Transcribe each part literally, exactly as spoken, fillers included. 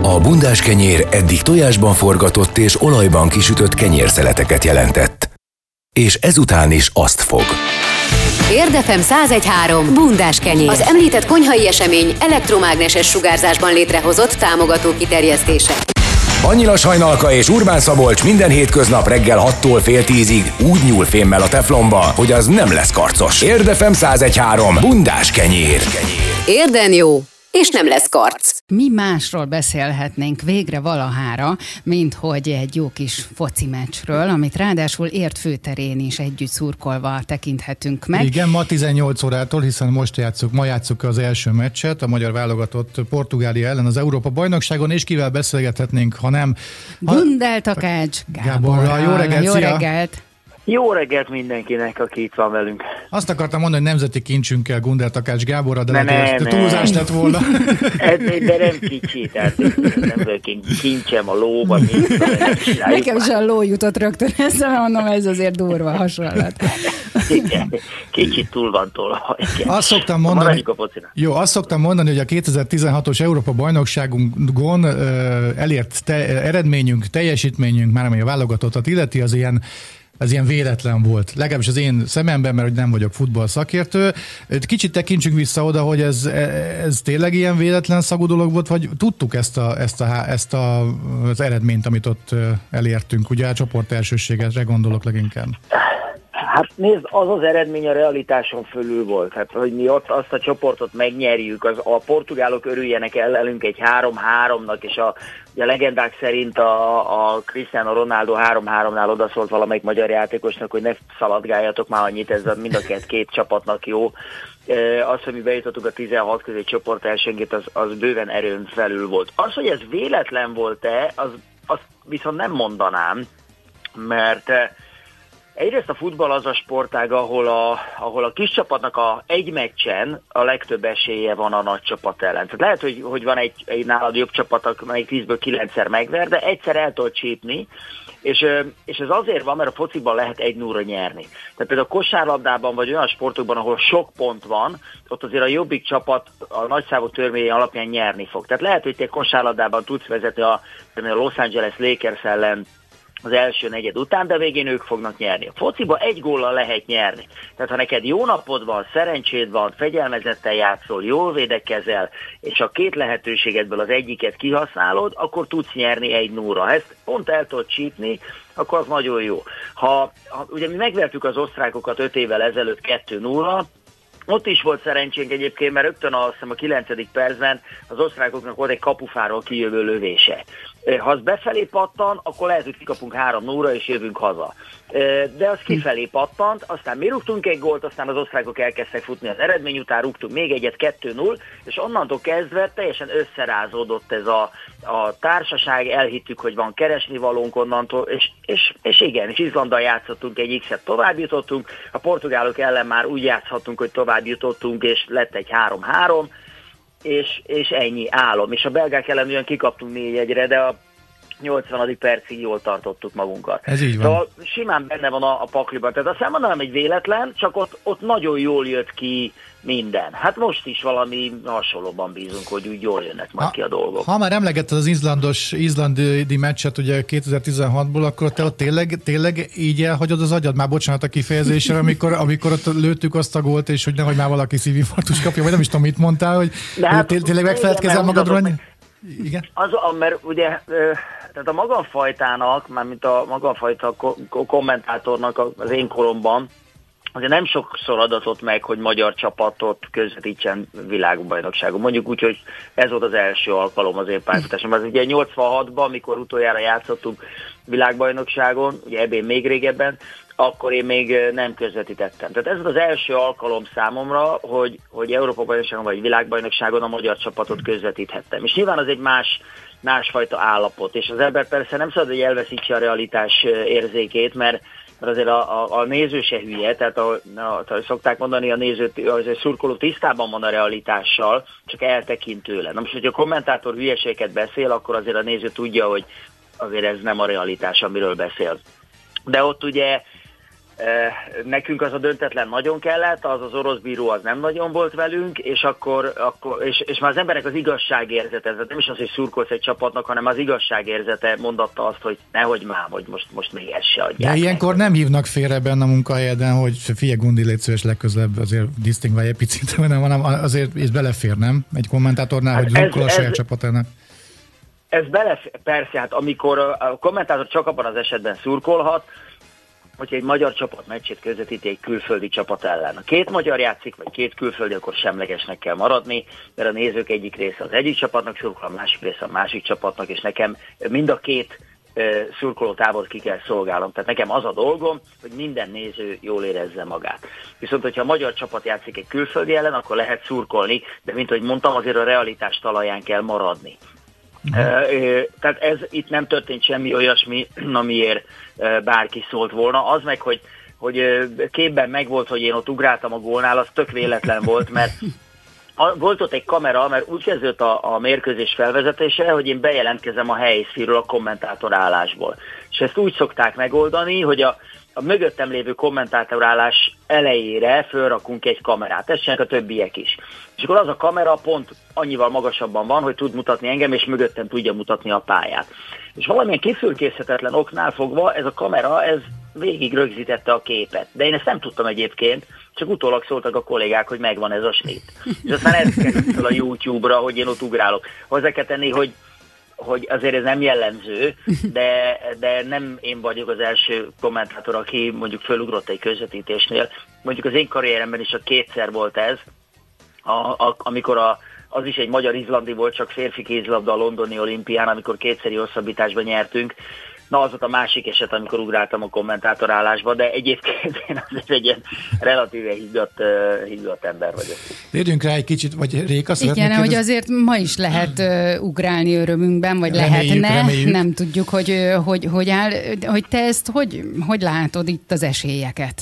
A bundás kenyér eddig tojásban forgatott és olajban kisütött kenyérszeleteket jelentett. És ezután is azt fog. Érdefem száz egy három bundás kenyér. Az említett konyhai esemény elektromágneses sugárzásban létrehozott támogató kiterjesztése. Annyila Sajnalka és Urbán Szabolcs minden hétköznap reggel hattól fél tízig úgy nyúl fémmel a teflonba, hogy az nem lesz karcos. Érdefem száz egy három bundás kenyér. Érden jó, és nem lesz karc. Mi másról beszélhetnénk végre valahára, mint hogy egy jó kis foci meccsről, amit ráadásul Érd főterén is együtt szurkolva tekinthetünk meg. Igen, ma tizennyolc órától, hiszen most játsszuk, ma játsszuk az első meccset, a magyar válogatott Portugália ellen az Európa-bajnokságon, és kivel beszélgethetnénk, ha nem... Gundel Takács Gáborral. Jó reggelt, Jó szia. reggelt! Jó reggelt mindenkinek, aki itt van velünk. Azt akartam mondani, hogy nemzeti kincsünkkel Gundel Takács Gáborra, de ne, lehet, ne, túlzás lett volna. Ez, de nem kicsi, tehát nem kincsem a lóban. Nekem is a ló jutott rögtön eszembe, mondom, ez azért durva hasonlat. Kicsit túl van tolva. Azt szoktam mondani, jó, azt szoktam mondani, hogy a kétezer-tizenhatos Európa-bajnokságunkon elért te, eredményünk, teljesítményünk, már amely a válogatottat illeti, az ilyen ez ilyen véletlen volt. Legalábbis az én szememben, mert hogy nem vagyok futball szakértő. Kicsit tekintsünk vissza oda, hogy ez, ez tényleg ilyen véletlen szagú dolog volt, vagy tudtuk ezt, a, ezt, a, ezt a, az eredményt, amit ott elértünk? Ugye a csoport elsőségesre gondolok leginkább. Hát nézd, az az eredmény a realitáson fölül volt. Hát, hogy mi ott azt a csoportot megnyerjük, az, a portugálok örüljenek ellenünk egy három-háromnak, és a, a legendák szerint a, a Cristiano Ronaldo három-háromnál odaszólt valamelyik magyar játékosnak, hogy ne szaladgáljatok már annyit, ez a, mind a két, két csapatnak jó. Az, hogy mi bejutottunk a tizenhat közé csoport elsőnként, az, az bőven erőn felül volt. Az, hogy ez véletlen volt-e, az, az viszont nem mondanám, mert egyrészt a futball az a sportág, ahol a, ahol a kis csapatnak a egy meccsen a legtöbb esélye van a nagy csapat ellen. Tehát lehet, hogy, hogy van egy, egy nálad jobb csapat, amelyik tízből kilencszer megver, de egyszer el tud csípni, és, és ez azért van, mert a fociban lehet egy nulla nyerni. Tehát például a kosárlabdában vagy olyan sportokban, ahol sok pont van, ott azért a jobbik csapat a nagyszámú törvényei alapján nyerni fog. Tehát lehet, hogy te kosárlabdában tudsz vezetni a, a Los Angeles Lakers ellen az első negyed után, de végén ők fognak nyerni. A fociba egy góllal lehet nyerni. Tehát ha neked jó napod van, szerencséd van, fegyelmezetten játszol, jól védekezel, és a két lehetőségedből az egyiket kihasználod, akkor tudsz nyerni egy nulla. Ha ezt pont el tudod csípni, akkor az nagyon jó. Ha, ha ugye mi megvertük az osztrákokat öt évvel ezelőtt kettő nulla, ott is volt szerencsénk egyébként, mert rögtön azt hiszem a kilencedik percben az osztrákoknak volt egy kapufáról kijövő lövése. Ha az befelé pattan, akkor lehet, hogy kikapunk három nulla és jövünk haza. De az kifelé pattant, aztán mi rúgtunk egy gólt, aztán az osztrákok elkezdtek futni az eredmény után, rúgtunk még egyet kettő nulla, és onnantól kezdve teljesen összerázódott ez a, a társaság, elhittük, hogy van keresnivalónk onnantól, és, és, és igen, és Izlanddal játszottunk egy X-et, tovább jutottunk, a portugálok ellen már úgy játszhattunk, hogy tovább jutottunk, és lett egy három három, És, és ennyi álom. És a belgák ellen ugyan kikaptunk négy egyre, de a nyolcvanadik percig jól tartottuk magunkat. Ez így van. Szóval simán benne van a, a pakliban. Tehát azt nem mondanám, egy véletlen, csak ott, ott nagyon jól jött ki minden. Hát most is valami hasonlóban bízunk, hogy úgy jól jönnek majd ha, ki a dolgok. Ha már emlegetted az izlandos, izlandi meccset ugye kétezer-tizenhatból, akkor te ott tényleg, tényleg így elhagyod az agyad? Már bocsánat a kifejezésre, amikor, amikor ott lőttük azt a gólt, és hogy nehogy már valaki szívinfarktus kapja, vagy nem is tudom, mit mondtál, hogy hát, tényleg megfeledkezel magadról? Igen? Az, mert ugye tehát a magamfajtának, mármint a magamfajta kommentátornak az én koromban azért nem sokszor adatott meg, hogy magyar csapatot közvetítsen világbajnokságon. Mondjuk úgy, hogy ez volt az első alkalom az én pályafutásom. Az ugye nyolcvanhatban, amikor utoljára játszottunk világbajnokságon, ugye ebben még régebben, akkor én még nem közvetítettem. Tehát ez volt az első alkalom számomra, hogy, hogy Európa-bajnokságon vagy világbajnokságon a magyar csapatot közvetíthettem. És nyilván az egy más, másfajta állapot, és az ember persze nem szabad, hogy elveszítse a realitás érzékét, mert mert azért a, a, a néző se hülye, tehát a, a, a, szokták mondani, a néző, az a szurkoló tisztában van a realitással, csak eltekint tőle. Na most, hogyha a kommentátor hülyeséget beszél, akkor azért a néző tudja, hogy azért ez nem a realitás, amiről beszél. De ott ugye Nekünk az a döntetlen nagyon kellett, az az orosz bíró az nem nagyon volt velünk, és akkor, akkor és, és már az emberek az igazságérzete, ez nem is az, hogy szurkolsz egy csapatnak, hanem az igazságérzete mondatta azt, hogy nehogy már, hogy most, most még ezt se adják. De ilyenkor meg. Nem hívnak félre benne a munkahelyeden, hogy figyelj Gundi, légy szíves, legközelebb azért disztingválj egy picit, hanem azért és belefér, nem? Egy kommentátornál, hát hogy szurkol a saját csapatának. Ez belefér, persze, hát amikor a kommentátor csak abban az esetben szurkolhat, hogyha egy magyar csapat meccsét közvetíti egy külföldi csapat ellen. A két magyar játszik, vagy két külföldi, akkor semlegesnek kell maradni, mert a nézők egyik része az egyik csapatnak szurkol, a másik része a másik csapatnak, és nekem mind a két uh, szurkoló tábort ki kell szolgálnom. Tehát nekem az a dolgom, hogy minden néző jól érezze magát. Viszont, hogyha a magyar csapat játszik egy külföldi ellen, akkor lehet szurkolni, de mint ahogy mondtam, azért a realitás talaján kell maradni. Uh, tehát ez itt nem történt semmi olyasmi, amiért uh, bárki szólt volna. Az meg, hogy, hogy uh, képben megvolt, hogy én ott ugráltam a gólnál, az tök véletlen volt, mert a, volt ott egy kamera, mert úgy kezdődött a, a mérkőzés felvezetése, hogy én bejelentkezem a helyszínről a kommentátor állásból. És ezt úgy szokták megoldani, hogy a a mögöttem lévő kommentátorálás elejére fölrakunk egy kamerát, ezt csinálják a többiek is. És akkor az a kamera pont annyival magasabban van, hogy tud mutatni engem, és mögöttem tudja mutatni a pályát. És valamilyen kifülkészhetetlen oknál fogva ez a kamera, ez végig rögzítette a képet. De én ezt nem tudtam egyébként, csak utólag szóltak a kollégák, hogy megvan ez a snit. És aztán ez került fel a YouTube-ra, hogy én ott ugrálok. Hozzá kell tenni, hogy hogy azért ez nem jellemző, de, de nem én vagyok az első kommentátor, aki mondjuk fölugrott egy közvetítésnél. Mondjuk az én karrieremben is a kétszer volt ez, a, a, amikor a, az is egy magyar-izlandi volt, csak férfi kézilabda a londoni olimpián, amikor kétszeri hosszabbításban nyertünk. Na, az volt a másik eset, amikor ugráltam a kommentátorállásba, de egyébként én azért egy ilyen relatíve higgadt, uh, higgadt ember vagyok. Térjünk rá egy kicsit, vagy Réka szeretnék Igen, hogy azért ma is lehet uh, ugrálni örömünkben, vagy reméljük, lehetne, reméljük. Nem tudjuk, hogy, hogy, hogy áll, hogy te ezt hogy, hogy látod itt az esélyeket?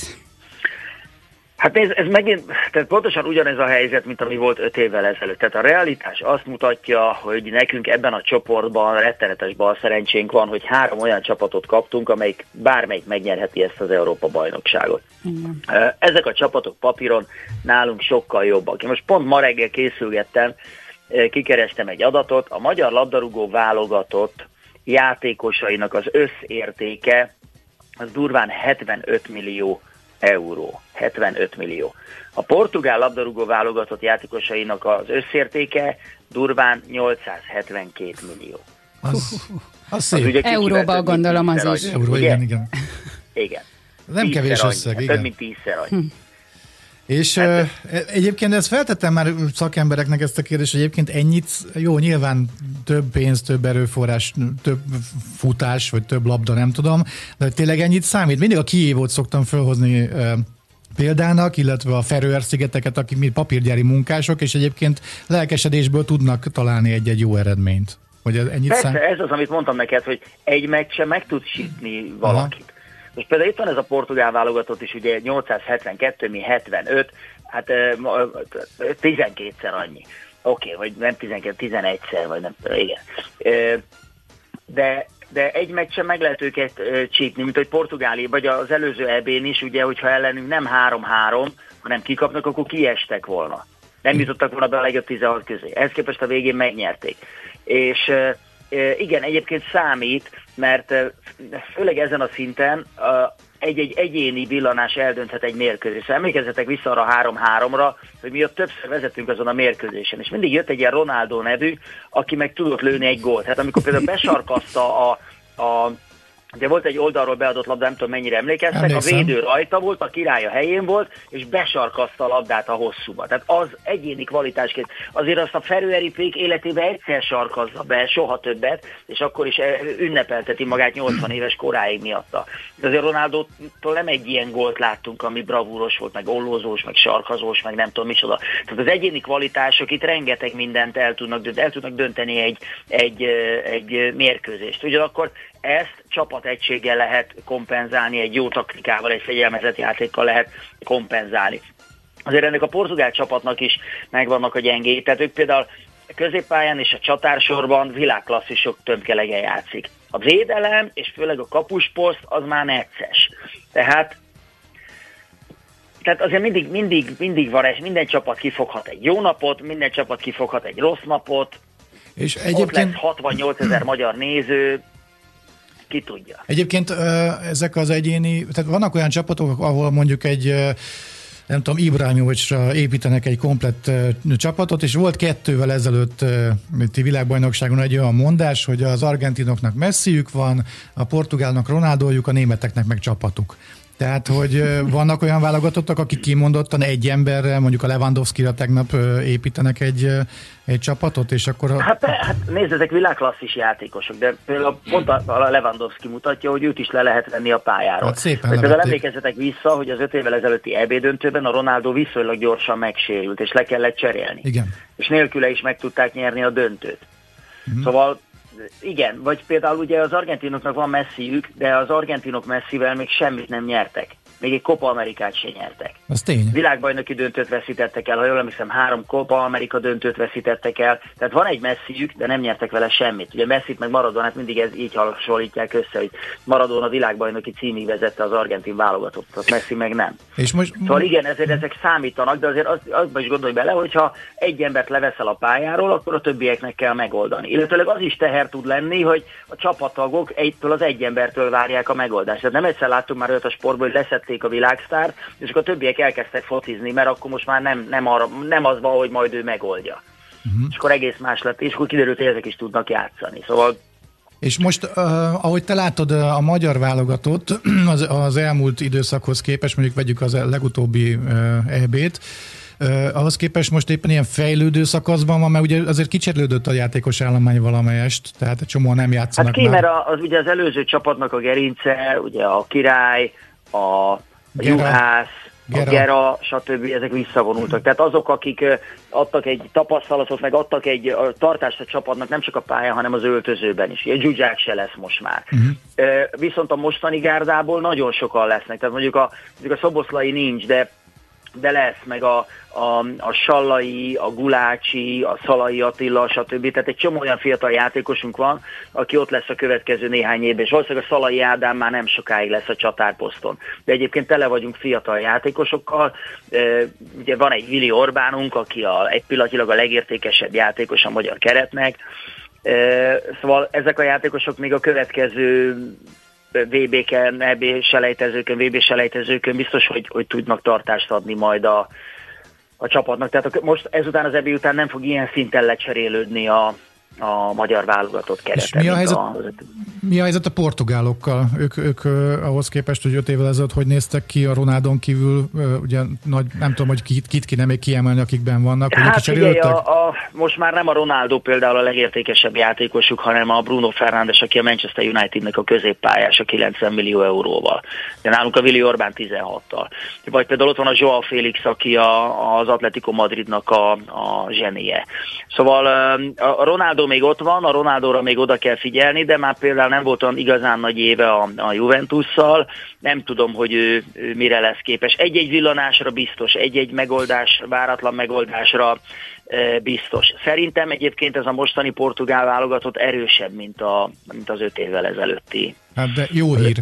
Hát ez, ez megint, tehát pontosan ugyanez a helyzet, mint ami volt öt évvel ezelőtt. Tehát a realitás azt mutatja, hogy nekünk ebben a csoportban rettenetes balszerencsénk van, hogy három olyan csapatot kaptunk, amelyik bármelyik megnyerheti ezt az Európa-bajnokságot. Igen. Ezek a csapatok papíron nálunk sokkal jobbak. Én most pont ma reggel készülgettem, kikerestem egy adatot, a magyar labdarúgó válogatott játékosainak az összértéke az durván hetvenöt millió euró. hetvenöt millió. A portugál labdarúgó válogatott játékosainak az összértéke durván nyolcszázhetvenkét millió. Az, az szép. Az Euróban gondolom az is. Euró, igen, igen. Igen. Nem kevés összeg, igen. Több mint tízszer annyi. Hm. És hát, uh, egyébként ezt feltettem már szakembereknek ezt a kérdést, hogy egyébként ennyit, jó, nyilván több pénz, több erőforrás, több futás, vagy több labda, nem tudom, de tényleg ennyit számít. Mindig a Kijévot szoktam felhozni uh, példának, illetve a Feröer-szigeteket, akik mi papírgyári munkások, és egyébként lelkesedésből tudnak találni egy-egy jó eredményt. Hogy ez ennyit Persze, szám... ez az, amit mondtam neked, hogy egy meccsen meg tud sítni valakit. Aha. Most például itt van ez a portugál válogatott is, ugye nyolcszázhetvenkettő, mi hetvenöt, hát tizenkétszer annyi. Oké, okay, vagy nem tizenkét, tizenegyszer, vagy nem tudom, igen. De, de egy meccsen meg lehet őket csípni, mint hogy Portugália, vagy az előző é bén is, ugye, hogyha ellenünk nem három-három, hanem kikapnak, akkor kiestek volna. Nem jutottak volna be a legjobb tizenhat közé. Ehhez képest a végén megnyerték. És igen, egyébként számít, mert főleg ezen a szinten egy-egy egyéni villanás eldönthet egy mérkőzést. Emlékezzetek vissza arra három-háromra, hogy mi ott többször vezetünk azon a mérkőzésen, és mindig jött egy ilyen Ronaldo nevű, aki meg tudott lőni egy gólt. Hát amikor például besarkazta a, a de volt egy oldalról beadott labda, nem tudom mennyire emlékeztek, Emlékszem. A védő rajta volt, a király a helyén volt, és besarkazta a labdát a hosszúba. Tehát az egyéni kvalitásként. Azért azt a Feröeri pék életében egyszer sarkazza be, soha többet, és akkor is ünnepelteti magát nyolcvan éves koráig miatta. De azért Ronaldótól nem egy ilyen gólt láttunk, ami bravúros volt, meg ollózós, meg sarkazós, meg nem tudom micsoda. Tehát az egyéni kvalitások itt rengeteg mindent el tudnak, el tudnak dönteni egy, egy, egy mérkőzést. Ugyanakkor ezt csapategységgel lehet kompenzálni, egy jó taktikával, egy fegyelmezett játékkal lehet kompenzálni. Azért ennek a portugál csapatnak is megvannak a gyengéi, tehát ők például középpályán és a csatársorban világklasszisok tömkelegen játszik. A védelem és főleg a kapusposzt az már necces. Tehát tehát azért mindig, mindig, mindig van ez, minden csapat kifoghat egy jó napot, minden csapat kifoghat egy rossz napot, és egyébként... ott lesz hatvannyolcezer magyar néző, ki tudja. Egyébként ezek az egyéni, tehát vannak olyan csapatok, ahol mondjuk egy, nem tudom, Ibrahimovicsra építenek egy komplett csapatot, és volt kettővel ezelőtt itt világbajnokságon egy olyan mondás, hogy az argentinoknak Messiük van, a portugálnak Ronaldójuk, a németeknek meg csapatuk. Tehát, hogy vannak olyan válogatottak, akik kimondottan egy emberrel, mondjuk a Lewandowskira tegnap építenek egy, egy csapatot, és akkor... A... Hát, hát nézd, ezek világklasszis játékosok, de például pont a Lewandowski mutatja, hogy őt is le lehet venni a pályáról. Hát szépen például emlékezzetek vissza, hogy az öt évvel ezelőtti é bé döntőben a Ronaldo viszonylag gyorsan megsérült, és le kellett cserélni. Igen. És nélküle is meg tudták nyerni a döntőt. Uh-huh. Szóval igen, vagy például ugye az argentinoknak van Messiük, de az argentinok Messivel még semmit nem nyertek. Még egy Copa Amerikát sem nyertek. Az tény. Világbajnoki döntőt veszítettek el, ha jól emlékszem, három Copa Amerika döntőt veszítettek el. Tehát van egy Messiük, de nem nyertek vele semmit. Ugye Messit meg Maradonát mindig ez így hasonlítják össze, hogy Maradona a világbajnoki címig vezette az argentin válogatottat, Messi meg nem. És most... Szóval igen, ezért ezek számítanak, de azért az, azban is gondolj bele, hogyha egy embert leveszel a pályáról, akkor a többieknek kell megoldani. Illetőleg az is teher tud lenni, hogy a csapattagok egytől az egy embertől várják a megoldást. Tehát nem egyszer láttunk már olyat a sportból, hogy leszették a világsztár, és akkor a többiek elkezdtek focizni, mert akkor most már nem, nem, arra, nem az van, hogy majd ő megoldja. Uh-huh. És akkor egész más lett, és akkor kiderült, hogy ezek is tudnak játszani. Szóval... És most, uh, ahogy te látod a magyar válogatott az, az elmúlt időszakhoz képest, mondjuk vegyük az legutóbbi uh, é bét, Uh, ahhoz képest most éppen ilyen fejlődő szakaszban van, mert ugye azért kicserélődött a játékos állomány valamelyest, tehát egy csomóan nem játszanak. Hát ki, mert az, ugye az előző csapatnak a gerince, ugye a Király, a, a Juhász, Gera. a Gera, stb. Ezek visszavonultak. Tehát azok, akik adtak egy tapasztalatot, meg adtak egy a tartást a csapatnak, nem csak a pályán, hanem az öltözőben is. Ugye Zsuzsák se lesz most már. Uh-huh. Viszont a mostani gárdából nagyon sokan lesznek. Tehát mondjuk a, mondjuk a Szoboszlai nincs, de de lesz, meg a, a, a Sallai, a Gulácsi, a Szalai Attila, stb. Tehát egy csomó olyan fiatal játékosunk van, aki ott lesz a következő néhány évben, és valószínűleg a Szalai Ádám már nem sokáig lesz a csatárposzton. De egyébként tele vagyunk fiatal játékosokkal. Ugye van egy Vili Orbánunk, aki a, egy pillanatilag a legértékesebb játékos a magyar keretnek. Szóval ezek a játékosok még a következő vé bé-ken, é bé-selejtezőkön, vé bé-selejtezőkön biztos, hogy, hogy tudnak tartást adni majd a, a csapatnak. Tehát most ezután az é bé után nem fog ilyen szinten lecserélődni a, a magyar válogatott kerete. Mi a, helyzet, a... mi a helyzet a portugálokkal? Ők, ők ahhoz képest, hogy öt évvel ezelőtt hogy néztek ki a Ronaldon kívül, ugye nagy, nem tudom, hogy kit, kit kéne még kiemelni, akikben vannak. Hát figyelj, a, a, most már nem a Ronaldo például a legértékesebb játékosuk, hanem a Bruno Fernandes, aki a Manchester Unitednek a középpályása kilencven millió euróval. De nálunk a Willi Orbán tizenhattal. Vagy például ott van a Joao Félix, aki a, az Atletico Madridnak a, a zsenie. Szóval a Ronaldo még ott van, a Ronaldóra még oda kell figyelni, de már például nem volt olyan igazán nagy éve a, a Juventusszal, nem tudom, hogy ő, ő mire lesz képes. Egy-egy villanásra biztos, egy-egy megoldás, váratlan megoldásra e, biztos. Szerintem egyébként ez a mostani portugál válogatott erősebb, mint, a, mint az öt évvel ezelőtti. Hát de jó hír.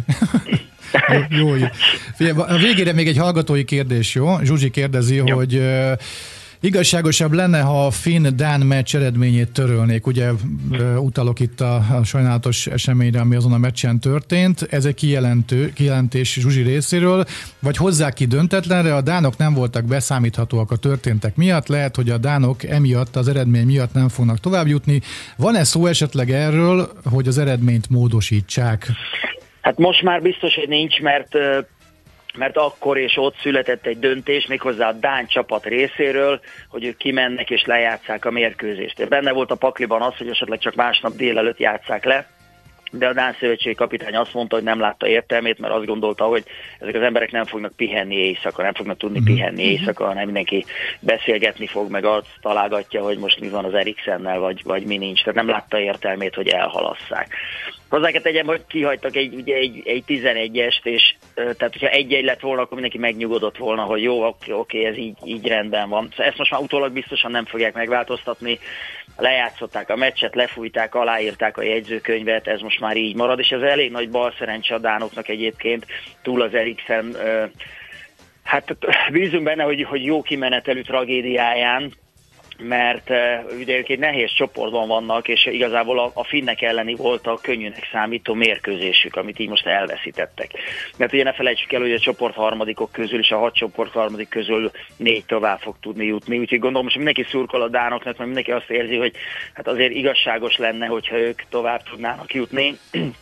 jó, jó hír. Figyelj, a végére még egy hallgatói kérdés, jó? Zsuzsi kérdezi, jó. hogy igazságosabb lenne, ha a finn-dán meccs eredményét törölnék. Ugye utalok itt a, a sajnálatos eseményre, ami azon a meccsen történt. Ez egy kijelentő, kijelentés Zsuzsi részéről. Vagy hozzák ki döntetlenre, a dánok nem voltak beszámíthatóak a történtek miatt. Lehet, hogy a dánok emiatt, az eredmény miatt nem fognak tovább jutni. Van-e szó esetleg erről, hogy az eredményt módosítsák? Hát most már biztos, hogy nincs, mert... mert akkor és ott született egy döntés, méghozzá a dán csapat részéről, hogy ők kimennek és lejátszák a mérkőzést. Benne volt a pakliban az, hogy esetleg csak másnap délelőtt játsszák le, de a dán szövetségi kapitány azt mondta, hogy nem látta értelmét, mert azt gondolta, hogy ezek az emberek nem fognak pihenni éjszaka, nem fognak tudni pihenni éjszaka, hanem mindenki beszélgetni fog, meg azt találgatja, hogy most mi van az Eriksennel, vagy, vagy mi nincs. Tehát nem látta értelmét, hogy elhalasszák. Hozzá kell tegyem, hogy kihagytak egy, ugye egy, egy tizenegyest, és tehát hogyha egy-egy lett volna, akkor mindenki megnyugodott volna, hogy jó, oké, oké ez így, így rendben van. Szóval ezt most már utólag biztosan nem fogják megváltoztatni. Lejátszották a meccset, lefújták, aláírták a jegyzőkönyvet, ez most már így marad, és ez elég nagy balszerencse a dánoknak egyébként, túl az Eriksen Hát bízunk benne, hogy, hogy jó kimenetelű tragédiáján, mert uh, ugye ők egy nehéz csoportban vannak, és igazából a, a finnek elleni volt a könnyűnek számító mérkőzésük, amit így most elveszítettek. Mert ugye ne felejtsük el, hogy a csoport harmadikok közül és a hat csoport harmadik közül négy tovább fog tudni jutni. Úgyhogy gondolom, hogy mindenki szurkol a dánoknak, mert mindenki azt érzi, hogy hát azért igazságos lenne, hogyha ők tovább tudnának jutni,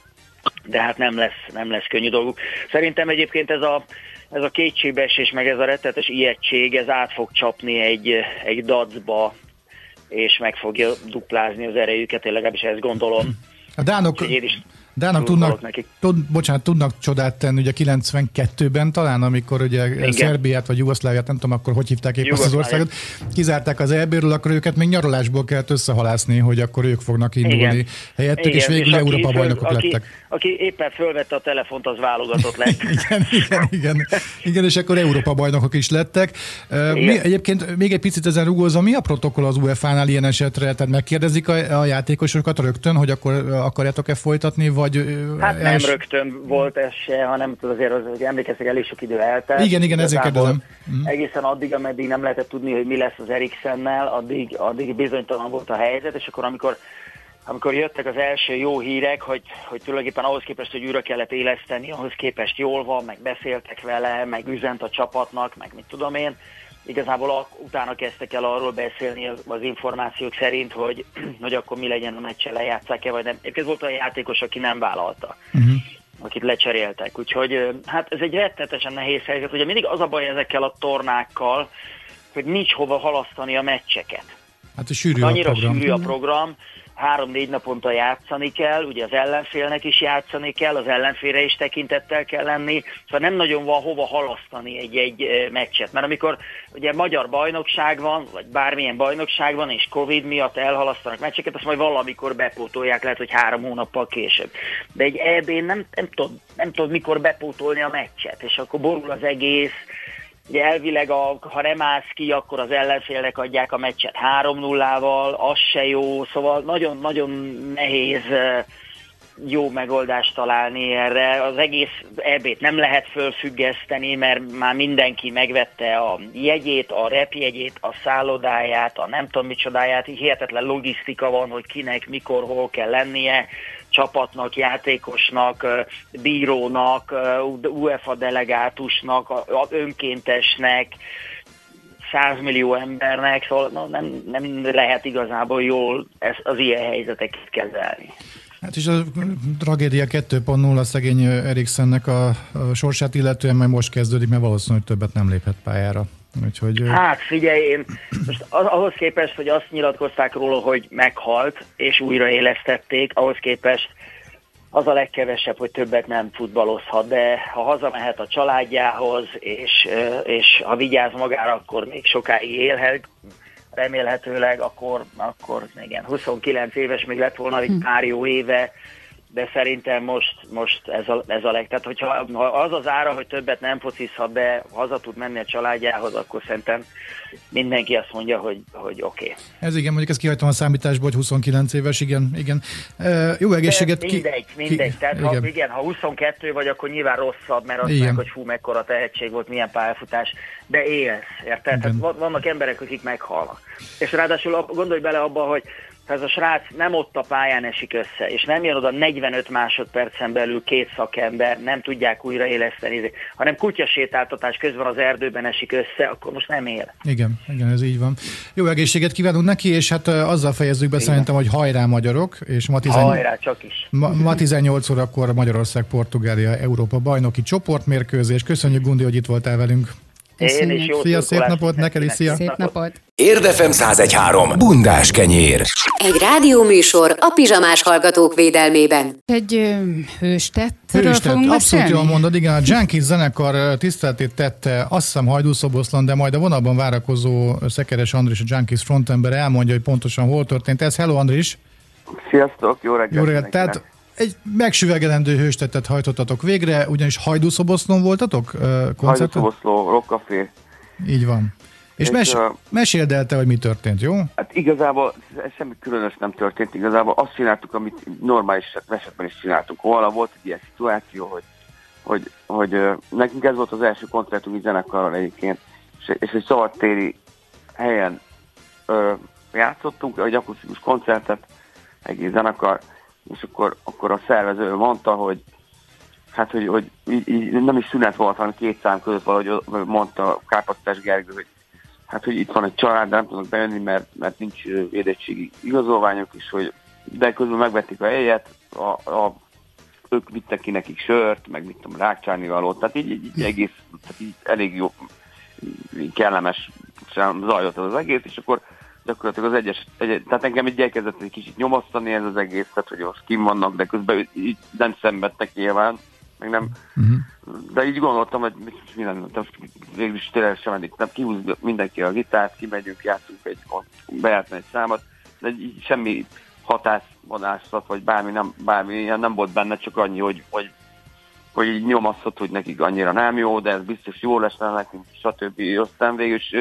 de hát nem lesz, nem lesz könnyű dolguk. Szerintem egyébként ez a Ez a kétségbeesés, meg ez a rettenetes ijegység, ez át fog csapni egy, egy dacba, és meg fogja duplázni az erejüket, én legalábbis ezt gondolom. A dánok, dánok tudnak, tud, bocsánat, tudnak csodát tenni, ugye kilencvenkettőben talán, amikor ugye igen. Szerbiát vagy Jugoszláviát, nem tudom akkor, hogy hívták épp azt az országot, kizárták az é bé-ről, akkor őket még nyaralásból kellett összehalászni, hogy akkor ők fognak indulni igen. helyettük, igen. és végül és Európa bajnokok aki, lettek. Aki éppen fölvette a telefont, az válogatott lett. igen, igen, igen, igen, és akkor Európa bajnokok is lettek. Mi, egyébként még egy picit ezen rugózom, mi a protokoll az u e fá-nál ilyen esetre? Tehát megkérdezik a, a játékosokat rögtön, hogy akkor akarjátok-e folytatni, vagy... Hát nem els... rögtön volt ez se, hanem azért az, hogy emlékeztek, elég sok idő eltelt. Igen, igen, ezért kérdezem. Egészen addig, ameddig nem lehetett tudni, hogy mi lesz az Eriksennel, addig, addig bizonytalan volt a helyzet, és akkor amikor Amikor jöttek az első jó hírek, hogy, hogy tulajdonképpen ahhoz képest, hogy újra kellett éleszteni, ahhoz képest jól van, meg beszéltek vele, meg üzent a csapatnak, meg mit tudom én, igazából utána kezdtek el arról beszélni az, az információk szerint, hogy, hogy akkor mi legyen a meccse, lejátsszák-e, vagy nem. Egyébként volt olyan játékos, aki nem vállalta, uh-huh. akit lecseréltek. Úgyhogy hát ez egy rettenetesen nehéz helyzet. Ugye mindig az a baj ezekkel a tornákkal, hogy nincs hova halasztani a meccseket. Hát a sűrű a program. Sűrű a program. Három-négy naponta játszani kell, ugye az ellenfélnek is játszani kell, az ellenfélre is tekintettel kell lenni, szóval nem nagyon van hova halasztani egy-egy meccset, mert amikor ugye magyar bajnokság van, vagy bármilyen bajnokság van, és Covid miatt elhalasztanak meccseket, azt majd valamikor bepótolják, lehet, hogy három hónappal később. De egy é bén nem, nem tudod nem tud mikor bepótolni a meccset, és akkor borul az egész. Ugye elvileg, a, ha nem állsz ki, akkor az ellenfélnek adják a meccset három nullával, az se jó, szóval nagyon-nagyon nehéz jó megoldást találni erre. Az egész é bét nem lehet fölfüggeszteni, mert már mindenki megvette a jegyét, a repjegyét, a szállodáját, a nem tudom micsodáját, így hihetetlen logisztika van, hogy kinek, mikor, hol kell lennie, csapatnak, játékosnak, bírónak, u e fá delegátusnak, önkéntesnek, százmillió embernek, szóval nem, nem lehet igazából jól ezt, az ilyen helyzeteket kezelni. Hát és a tragédia kettő pont nulla szegény Eriksennek a, a sorsát illetően majd most kezdődik, mert valószínűleg többet nem léphet pályára. Úgyhogy... Hát figyelj, én most ahhoz képest, hogy azt nyilatkozták róla, hogy meghalt, és újraélesztették, ahhoz képest az a legkevesebb, hogy többet nem futballozhat, de ha hazamehet a családjához, és, és ha vigyáz magára, akkor még sokáig élhet, remélhetőleg, akkor, akkor igen, huszonkilenc éves még lett volna egy pár jó éve, de szerintem most, most ez, a, ez a leg... Tehát, hogyha ha az az ára, hogy többet nem focizhat, de haza tud menni a családjához, akkor szerintem mindenki azt mondja, hogy, hogy oké. Okay. Ez igen, mondjuk ezt kihajtom a számításból, hogy huszonkilenc éves, igen, igen. E, jó egészséget... De mindegy, ki, mindegy. Ki, Tehát igen. Ha, igen, ha huszonkettő vagy, akkor nyilván rosszabb, mert azt mondják, hogy fú, mekkora tehetség volt, milyen pályafutás, de élsz, érted? Tehát vannak emberek, akik meghalnak. És ráadásul gondolj bele abba, hogy ha ez a srác nem ott a pályán esik össze, és nem jön oda negyvenöt másodpercen belül két szakember, nem tudják újraéleszteni, hanem kutyasétáltatás közben az erdőben esik össze, akkor most nem él. Igen, igen, ez így van. Jó egészséget kívánunk neki, és hát azzal fejezzük be igen. Szerintem, hogy hajrá magyarok, és ma, tizen... hajrá, csak is. ma, ma tizennyolc órakor Magyarország-Portugália Európa bajnoki csoportmérkőzés. Köszönjük, Gundi, hogy itt voltál velünk. Én is jó. Szia, szép napot, neked is, szia. Szép napot. Érdefem száz egy három. Bundás kenyér. Egy rádióműsor a pizsamás hallgatók védelmében. Egy ö, hőstettről Hőstett, fogunk abszolút beszélni? jól mondod, igen, a Junkies zenekar tiszteletét tette, azt hiszem Hajdúszoboszlón, de majd a vonalban várakozó Szekeres Andris, a Junkies frontember elmondja, hogy pontosan hol történt ez. Hello, Andris! Sziasztok, jó reggelt! Jó reggelt! Tehát egy megsüvegelendő hőstettet hajtottatok végre, ugyanis Hajdúszoboszlón voltatok koncerten? Hajdúszoboszló, Rock Café. Így van. És, és mes- uh, meséld el te, hogy mi történt, jó? Hát igazából semmi különös nem történt, igazából azt csináltuk, amit normális esetben is csináltunk. Vala volt egy ilyen szituáció, hogy hogy, hogy uh, nekünk ez volt az első koncertunk így zenekarral egyébként, és, és egy szabadtéri helyen uh, játszottunk, egy akusztikus koncertet, egész zenekar, és akkor, akkor a szervező mondta, hogy hát, hogy, hogy így, így nem is szünet volt, hanem két szám között valahogy mondta Kárpasztás Gergő, hogy hát, hogy itt van egy család, de nem tudnak bejönni, mert, mert nincs védettségi igazolványok is, hogy de közben megvették a helyet, a, a, ők vittek ki nekik sört, meg mit tudom, rákcsálni valót, tehát így, így, így egész, tehát így elég jó, így kellemes zajlott az egész, és akkor gyakorlatilag az egyes, egy, tehát engem így elkezdett egy kicsit nyomasztani ez az egész, tehát hogy most kim vannak, de közben így nem szenvedtek nyilván, meg nem, uh-huh. De így gondoltam, hogy minden, végül is tényleg sem eddig, tehát kihúz mindenki a gitárt, kimegyünk, játszunk egy, bejátszani egy számot, de így semmi hatásvadászat, vagy bármi nem, bármi ilyen nem volt benne, csak annyi, hogy, hogy, hogy így nyomasztott, hogy nekik annyira nem jó, de ez biztos jó lesz nekünk, stb. Aztán végül is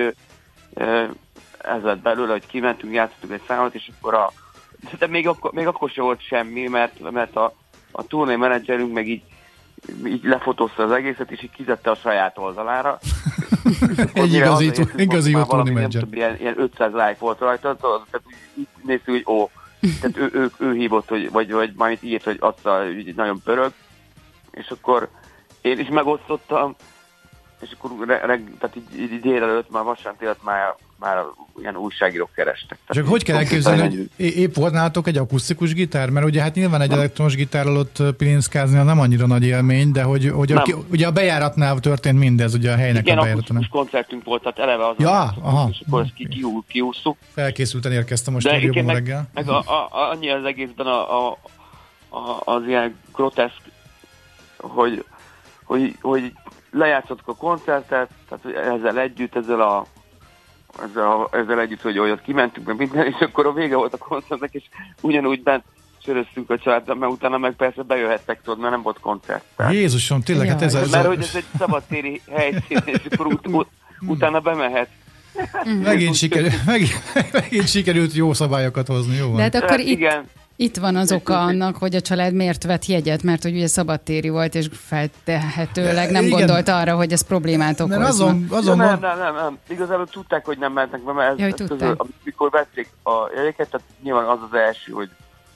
ez lett belőle, hogy kimentünk, játszottuk egy számot, és akkor a, de még akkor, még akkor sem volt semmi, mert, mert a, a turné menedzserünk meg így, így lefotózta az egészet, és így kizette a saját oldalára. Egy igazi, igazi jó turné menedzser. Ilyen, ilyen ötszáz like volt rajta, tehát így néztük, hogy ó, tehát ő, ő, ő hívott, hogy, vagy, vagy majd írt, hogy adta, hogy nagyon pörög, és akkor én is megosztottam, és akkor reg, tehát így, így délelőtt, már vasárnap délelőtt már, már ilyen újságírók kerestek. Csak hogy kell elképzelni, hogy épp volt nálatok egy akusztikus gitár? Mert ugye hát nyilván egy elektromos gitárral ott pilinszkázni nem annyira nagy élmény, de hogy, hogy a, ugye a bejáratnál történt mindez, ugye a helynek igen, a bejáratnál. Igen, akusztikus koncertünk volt, tehát eleve az ja, az, aha. És akkor ezt ki, kiúsztuk. Felkészülten érkeztem most stúdióban meg, reggel. Meg a, a, a, annyi az egészben a, a, a, az ilyen groteszk, hogy, hogy, hogy lejátszottuk a koncertet, tehát ezzel együtt, ezzel a ezzel, ezzel együtt, hogy olyat kimentünk, meg minden, és akkor a vége volt a koncertnek, és ugyanúgy bent söröztünk a családdal, mert utána meg persze bejöhettek, tudod, mert nem volt koncert. Tehát. Jézusom, tényleg, hát ez, ez mert a... hogy ez egy szabadtéri helyszín, és akkor ut- ut- utána bemehet. Megint, sikerült, megint, megint sikerült jó szabályokat hozni, jó van. De hát akkor hát, itt, igen. Itt van az oka annak, hogy a család miért vett jegyet, mert hogy ugye szabadtéri volt, és feltehetőleg nem igen. gondolta arra, hogy ez problémát okozna. Azon, azon ja, nem, nem, nem, nem. Igazából tudták, hogy nem mehetnek be, mert ez, ja, ez közül, amikor vették a jegyeket, tehát nyilván az az első, hogy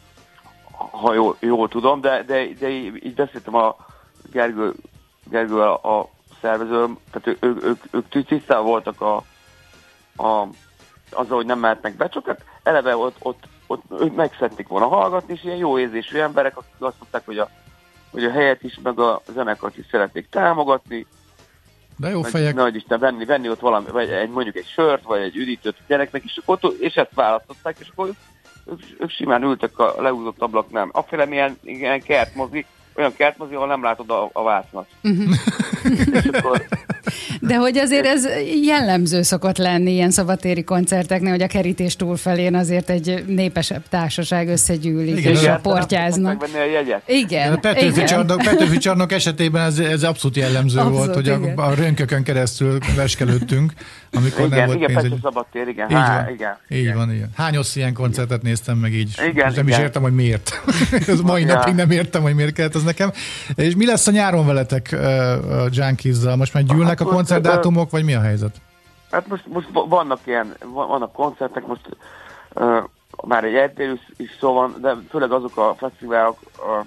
ha jól, jól tudom, de, de, de így beszéltem a Gergő, Gergő a, a szervező, tehát ő, ő, ők, ők tisztában voltak a, a, azzal, hogy nem mehetnek be, csak hát eleve ott, ott ott meg szerették volna hallgatni, és ilyen jó érzésű emberek, akik azt mondták, hogy a, hogy a helyet is, meg a zenekart is szeretnék támogatni. De jó fejek. Nagy Isten, venni, venni ott valami, vagy egy, mondjuk egy sört, vagy egy üdítőt a gyereknek, és, ott, és ezt választották, és akkor ők, ők simán ültek a leúzott ablaknál. Aféle milyen ilyen kertmozi, olyan kertmozi, ahol nem látod a, a vásznat. Uh-huh. És akkor... De hogy azért ez jellemző szokott lenni ilyen szabadtéri koncerteknél, hogy a kerítés túlfelén azért egy népesebb társaság összegyűlik, igen, és igen, portyáznak. Megvenni a jegyet. Igen. A Petőfi Csarnok, Petőfi Csarnok esetében ez, ez abszolút jellemző abszolút, volt, hogy a, a rönkökön keresztül veskelődtünk, amikor igen, nem volt igen, pénz. Igen, szabadtér, igen. Így Há, van, igen. Így igen. van, igen. Hányos ilyen koncertet néztem meg így. Igen, nem igen. is értem, hogy miért. Ez mai ja. napig nem értem, hogy miért kellett ez nekem. És mi lesz a nyáron veletek uh, a Junkies-zal? Most már gyűlnek a koncertdátumok, vagy mi a helyzet? Hát most, most vannak ilyen, vannak koncertek, most uh, már egy Erdély is szó van, de főleg azok a fesztiválok uh,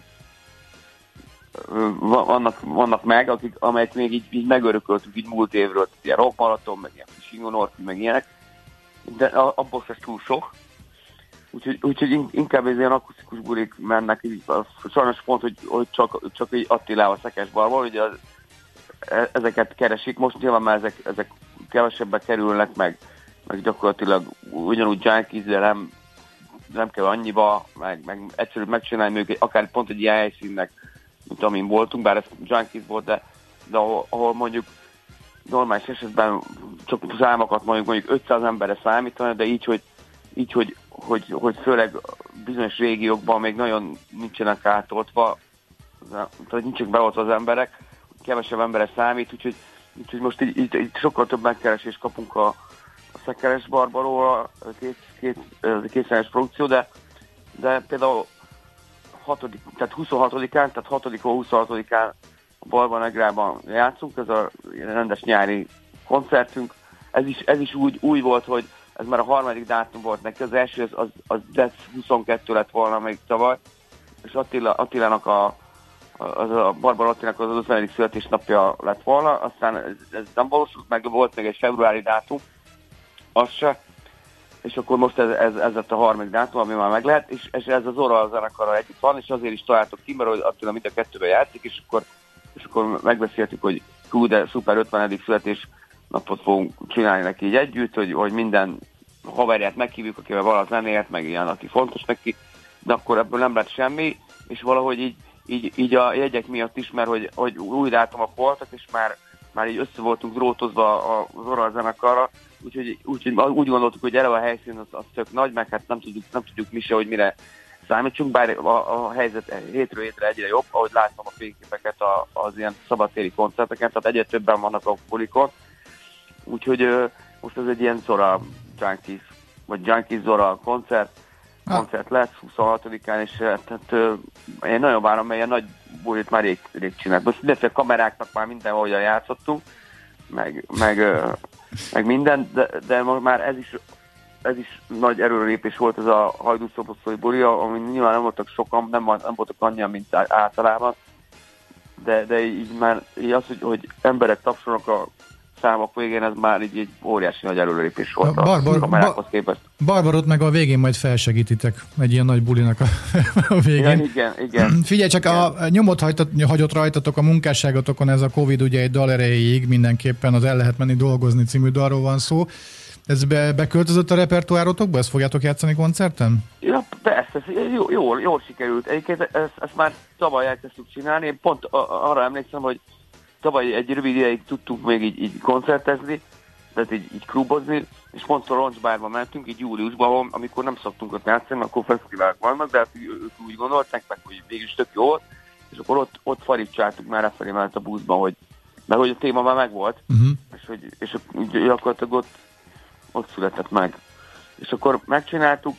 uh, vannak, vannak meg, akik, amelyek még így, így megörököltük így múlt évről, ilyen Rock Marathon, meg ilyen Fishing North, meg ilyenek, de abból se túl sok. Úgyhogy, úgyhogy inkább ez ilyen akusztikus bulik mennek, így, sajnos pont, hogy, hogy csak, csak így Attilával, Szekesbarból, ugye az, ezeket keresik. Most nyilván már ezek, ezek kevesebbe kerülnek, meg, meg gyakorlatilag ugyanúgy Junkies, de nem, nem kell annyiba, meg, meg egyszerűen megcsinálni őket, akár pont egy ilyen helyszínnek, mint amin voltunk, bár ez Junkies volt, de, de ahol, ahol mondjuk normális esetben csak számokat mondjuk, mondjuk ötszáz emberre számítani, de így, hogy, így, hogy, hogy, hogy főleg bizonyos régiókban még nagyon nincsenek átoltva, tehát nincsenek beoltva az emberek, kevesebb emberre számít, úgyhogy, úgyhogy most így, így, így sokkal több megkeresést kapunk a, a Szekeres Barbaról, a két, két, kétszeres produkció, de, de például hatodik, tehát huszonhatodikán, tehát hatodikról huszonhatodikán Barbanegrában játszunk, ez a rendes nyári koncertünk. Ez is, ez is úgy új volt, hogy ez már a harmadik dátum volt neki, az első az, az, az december huszonkettő lett volna még tavaly, és Attila, Attilának a, az a Barbara Attilának az ötvenedik születésnapja lett volna, aztán ez, ez nem valósult, meg volt még egy februári dátum, az se, és akkor most ez, ez, ez lett a harmadik dátum, ami már meg lehet, és, és ez az Oral zenekarral együtt van, és azért is találtok ki, mert Attila mind a kettőben játszik, és akkor, és akkor megbeszéltük, hogy hú, de szuper ötvenedik születésnapot fogunk csinálni neki így együtt, hogy, hogy minden haverját meghívjuk, akivel vala zenéért, meg ilyen, aki fontos neki, de akkor ebből nem lett semmi, és valahogy így, így, így a jegyek miatt is, mert hogy, hogy új dátumok voltak, és már, már így össze voltunk drótozva az Oral zenekarra, úgyhogy úgy, úgy gondoltuk, hogy eleve a helyszín az, az tök nagy, meg hát nem tudjuk, nem tudjuk mi se, hogy mire számítsunk, bár a, a helyzet hétről hétre egyre jobb, ahogy látom a fényképeket a, az ilyen szabadtéri koncerteken, tehát egyre többen vannak a bulikon, úgyhogy ö, most ez egy ilyen Zora Junkies, vagy Junkies Zora koncert, koncert lesz huszonhatodikán, és tehát ö, én nagyon várom, mert ilyen nagy bulit már rég, rég csinált. Most mindenféle kameráknak már mindenhogyan játszottunk, meg, meg, ö, meg minden, de, de most már ez is ez is nagy erőrelépés volt, ez a Hajdú-Szoboszlói buli, ami nyilván nem voltak sokan, nem, nem voltak annyian, mint általában, de, de így már így az, hogy, hogy emberek tapsolnak a számok végén, ez már így egy óriási nagy erőrelépés volt a, Barbar, a kamerákhoz képest. Barbarot meg a végén majd felsegítitek egy ilyen nagy bulinak a, a végén. Igen, igen, igen. Figyelj, csak igen. A nyomot hagytat, hagyott rajtatok a munkásságotokon, ez a Covid ugye egy dal erejéig mindenképpen az El lehet menni dolgozni című dalról van szó. Ez be, beköltözött a repertoárotokba? Ezt fogjátok játszani koncerten? Ja, persze, ez jól, jól, jól sikerült. Egyébként ezt, ezt már tavaly elkezdtük csinálni. Én pont arra emlékszem, hogy tavaly egy rövid ideig tudtunk még így, így koncertezni, tehát így, így klubozni, és pont a Roncsbárba mentünk, így júliusban, amikor nem szoktunk ott játszani, akkor fesztiválok vannak, de ők úgy gondolták meg, hogy végülis tök jó volt, és akkor ott, ott farigcsáltuk már lefelé mellett a buszban, hogy, mert hogy a téma már megvolt, uh-huh. és, hogy, és akkor ott ott született meg. És akkor megcsináltuk,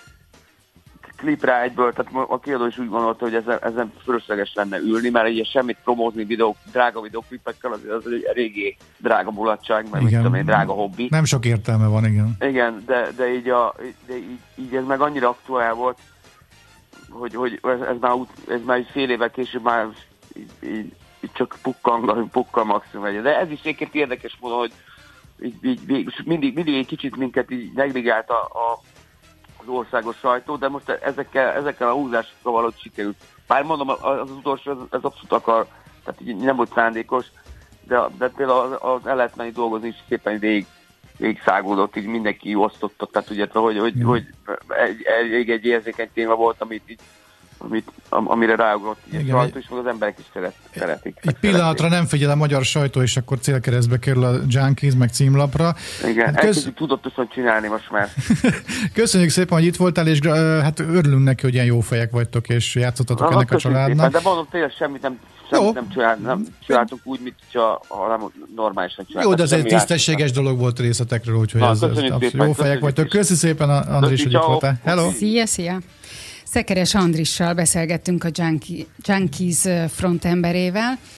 klip rá egyből, tehát a kiadó is úgy gondolta, hogy ezen, ezen fölösleges lenne ülni, mert így semmit promózni videó, drága videóklipekkel, az, az egy régi drága mulatság, mert mit tudom én, drága hobbi. Nem sok értelme van, igen. Igen, de, de, így, a, de így, így ez meg annyira aktuál volt, hogy, hogy ez, ez, már, ez már egy fél évvel később már így, így, így csak pukkan, pukkan maximum egy. De ez is egyébként érdekes módon, hogy Így, így, mindig, mindig egy kicsit minket így negligált a, a, az országos sajtó, de most ezekkel, ezekkel a húzásokkal valahogy sikerült. Bár mondom, az utolsó, ez, ez abszolút akar, tehát így nem volt szándékos, de, de például az, az El lehet menni dolgozni is szépen végig, végig szágódott, így mindenki osztottak, tehát ugye, hogy, hogy, mm. hogy egy, egy, egy érzékeny téma volt, amit így Amit, am, amire ráugrott így a sajtó, és az emberek is szeret, szeretik. Egy pillanatra szeretik. Nem figyel a magyar sajtó, és akkor célkeresztbe kerül a Junkies, meg címlapra. Igen, hát köz... elkezdjük tudatosan csinálni most már. Köszönjük szépen, hogy itt voltál, és hát örülünk neki, hogy ilyen jó fejek vagytok, és játszottatok na, ennek a családnak. Szépen, de mondom, tényleg semmit nem, semmit nem, csinál, nem csináltunk úgy, mint ha, ha nem normálisan csináltunk. Jó, de ez egy tisztességes dolog volt részletekről, úgyhogy na, ez, ez abszolút jó fejek vagytok. Köszi szépen, Andris, hogy itt voltál. Hello! Szia, szia! Szekeres Andrissal beszélgettünk a Junkies frontemberével.